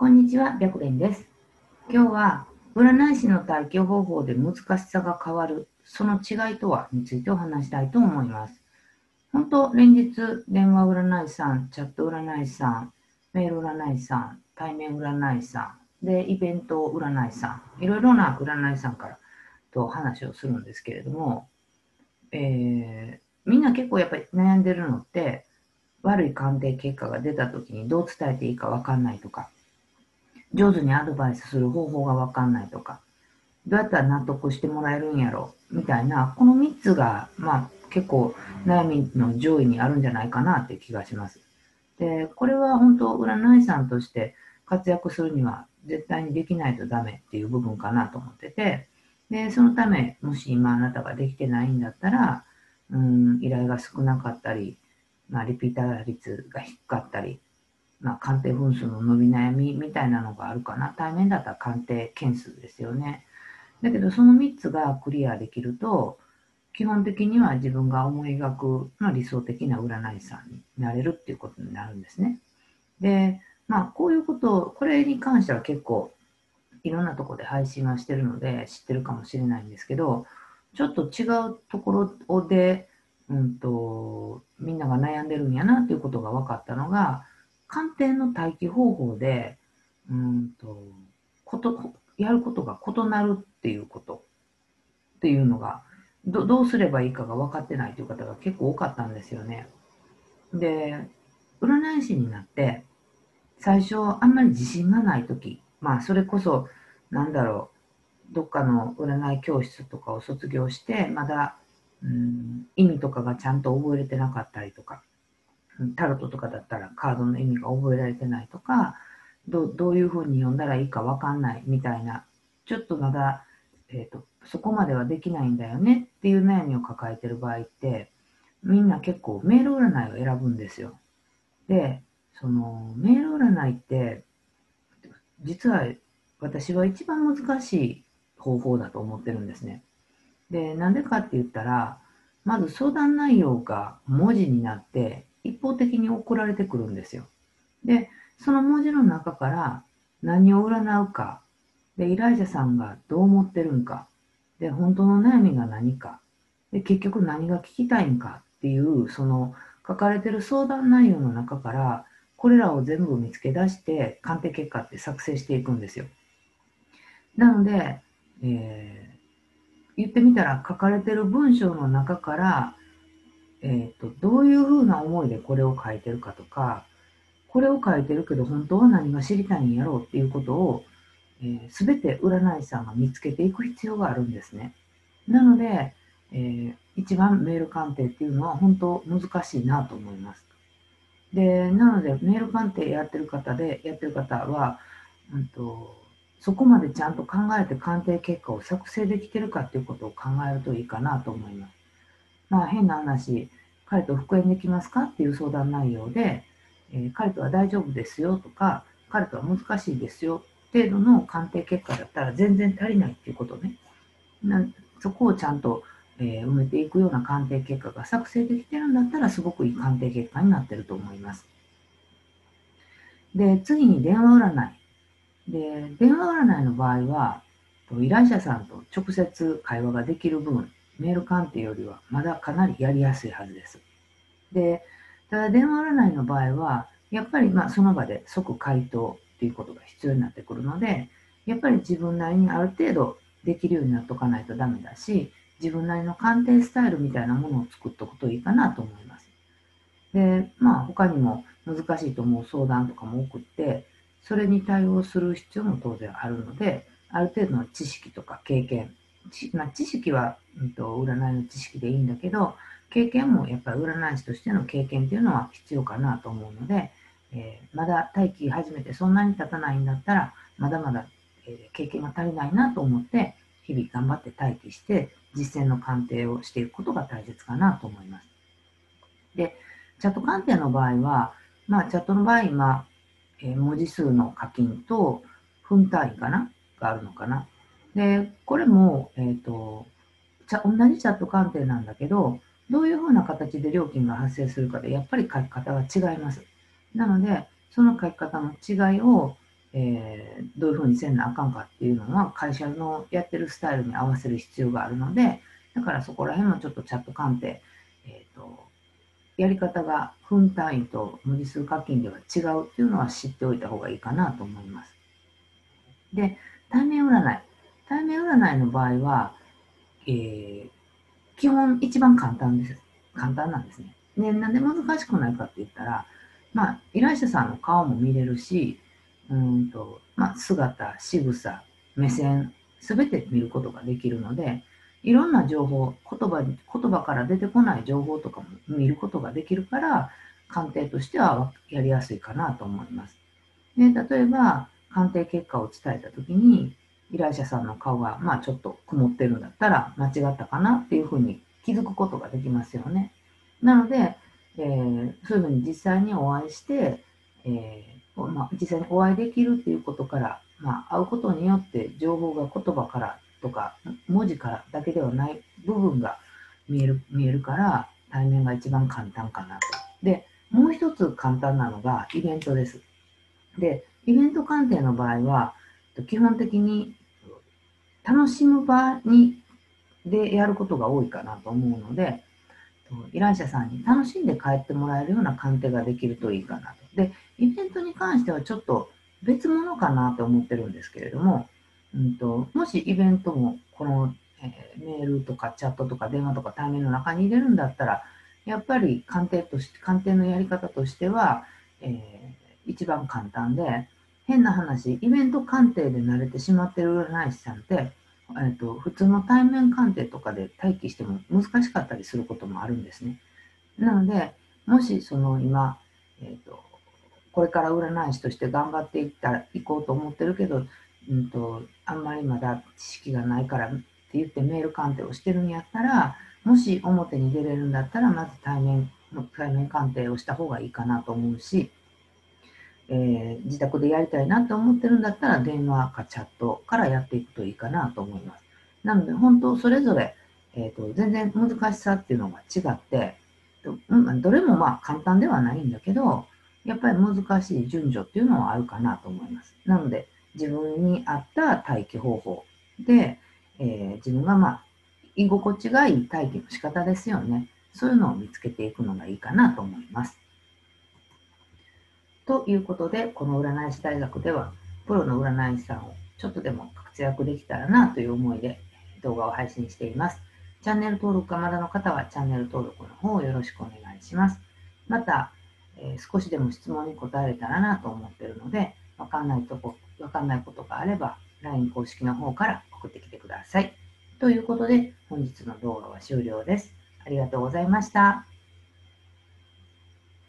こんにちは、白蓮です。今日は占い師の退去方法で難しさが変わる、その違いとはについてお話したいと思います。本当、連日電話占い師さん、チャット占い師さん、メール占い師さん、対面占い師さん、で、イベント占い師さん、いろいろな占い師さんからと話をするんですけれども、みんな結構やっぱり悩んでるのって、悪い鑑定結果が出た時にどう伝えていいかわかんないとか、上手にアドバイスする方法がわかんないとか、どうやったら納得してもらえるんやろみたいな、この3つが、結構悩みの上位にあるんじゃないかなっていう気がします。で、これは本当、占い師さんとして活躍するには絶対にできないとダメっていう部分かなと思ってて、で、そのため、もし今あなたができてないんだったら、依頼が少なかったり、リピーター率が低かったり、鑑定分数の伸び悩みみたいなのがあるかな。対面だったら鑑定件数ですよね。だけど、その3つがクリアできると、基本的には自分が思い描く、理想的な占い師さんになれるっていうことになるんですね。で、こういうことを、これに関しては結構いろんなところで配信はしてるので知ってるかもしれないんですけど、ちょっと違うところで、みんなが悩んでるんやなっていうことが分かったのが、鑑定の待機方法で、やることが異なるっていうことっていうのが、どうすればいいかが分かってないという方が結構多かったんですよね。で、占い師になって、最初あんまり自信がないとき、それこそ、なんだろどっかの占い教室とかを卒業して、まだ、意味とかがちゃんと覚えれてなかったりとか、タロットとかだったらカードの意味が覚えられてないとか、どういうふうに読んだらいいかわかんないみたいな、ちょっとまだ、そこまではできないんだよねっていう悩みを抱えてる場合って、みんな結構メール占いを選ぶんですよ。で、そのメール占いって、実は私は一番難しい方法だと思ってるんですね。で、なんでかって言ったら、まず相談内容が文字になって一方的に送られてくるんですよ。で、その文字の中から何を占うか、で、依頼者さんがどう思ってるんか、で、本当の悩みが何か、で、結局何が聞きたいんかっていう、その書かれてる相談内容の中から、これらを全部見つけ出して、鑑定結果って作成していくんですよ。なので、言ってみたら書かれてる文章の中から、どういうふうな思いでこれを書いてるかとか、これを書いてるけど本当は何が知りたいんやろうっていうことを、すべて占い師さんが見つけていく必要があるんですね。なので、一番メール鑑定っていうのは本当難しいなと思います。で、なのでメール鑑定やってる方は、うんと、そこまでちゃんと考えて鑑定結果を作成できてるかっていうことを考えるといいかなと思います。変な話、彼と復縁できますかっていう相談内容で、彼とは大丈夫ですよとか、彼とは難しいですよ程度の鑑定結果だったら全然足りないっていうことね。なそこをちゃんと、埋めていくような鑑定結果が作成できてるんだったらすごくいい鑑定結果になってると思います。で、次に電話占い。で、電話占いの場合は、依頼者さんと直接会話ができる分、メール鑑定よりはまだかなりやりやすいはずです。で、ただ電話占いの場合は、やっぱりその場で即回答っていうことが必要になってくるので、やっぱり自分なりにある程度できるようになっとかないとダメだし、自分なりの鑑定スタイルみたいなものを作っておくといいかなと思います。で、他にも難しいと思う相談とかも多くって、それに対応する必要も当然あるので、ある程度の知識とか経験、知識は、占いの知識でいいんだけど、経験もやっぱり占い師としての経験っていうのは必要かなと思うので、まだ待機始めてそんなに経たないんだったら、まだまだ、経験が足りないなと思って、日々頑張って待機して、実践の鑑定をしていくことが大切かなと思います。で、チャット鑑定の場合は、チャットの場合、文字数の課金と分単位かながあるのかな。で、これも、同じチャット鑑定なんだけど、どういうふうな形で料金が発生するかで、やっぱり書き方が違います。なので、その書き方の違いを、 どういうふうにせんなあかんかっていうのは会社のやってるスタイルに合わせる必要があるので、だからそこら辺もちょっとチャット鑑定、やり方が分単位と無理数課金では違うっていうのは知っておいた方がいいかなと思います。で、対面占い。対面占いの場合は、基本一番簡単です。簡単なんですね。で、なんで難しくないかって言ったら、依頼者さんの顔も見れるし、姿、仕草、目線、すべて見ることができるので、いろんな情報、言葉から出てこない情報とかも見ることができるから、鑑定としてはやりやすいかなと思います。で、例えば、鑑定結果を伝えたときに、依頼者さんの顔が、ちょっと曇ってるんだったら、間違ったかなっていうふうに気づくことができますよね。なので、そういうふうに実際にお会いして、実際にお会いできるっていうことから、会うことによって情報が言葉からとか、文字からだけではない部分が見えるから、対面が一番簡単かなと。で、もう一つ簡単なのがイベントです。で、イベント鑑定の場合は、基本的に楽しむ場でやることが多いかなと思うので、依頼者さんに楽しんで帰ってもらえるような鑑定ができるといいかなと。で、イベントに関してはちょっと別物かなと思ってるんですけれども、もしイベントもこの、メールとかチャットとか電話とか対面の中に入れるんだったら、やっぱり鑑定のやり方としては、一番簡単で、変な話、イベント鑑定で慣れてしまってる占い師さんって、普通の対面鑑定とかで待機しても難しかったりすることもあるんですね。なので、もしその今、これから占い師として頑張っていこうと思ってるけど、あんまりまだ知識がないからって言ってメール鑑定をしてるんやったら、もし表に出れるんだったら、まず対面鑑定をした方がいいかなと思うし、自宅でやりたいなと思ってるんだったら、電話かチャットからやっていくといいかなと思います。なので、本当それぞれ、全然難しさっていうのが違って、どれも簡単ではないんだけど、やっぱり難しい順序っていうのはあるかなと思います。なので、自分に合った待機方法で、自分が居心地がいい待機の仕方ですよね。そういうのを見つけていくのがいいかなと思います。ということで、この占い師大学では、プロの占い師さんをちょっとでも活躍できたらなという思いで動画を配信しています。チャンネル登録がまだの方はチャンネル登録の方をよろしくお願いします。また、少しでも質問に答えれたらなと思っているので、わかんないことがあれば、LINE 公式の方から送ってきてください。ということで、本日の動画は終了です。ありがとうございました。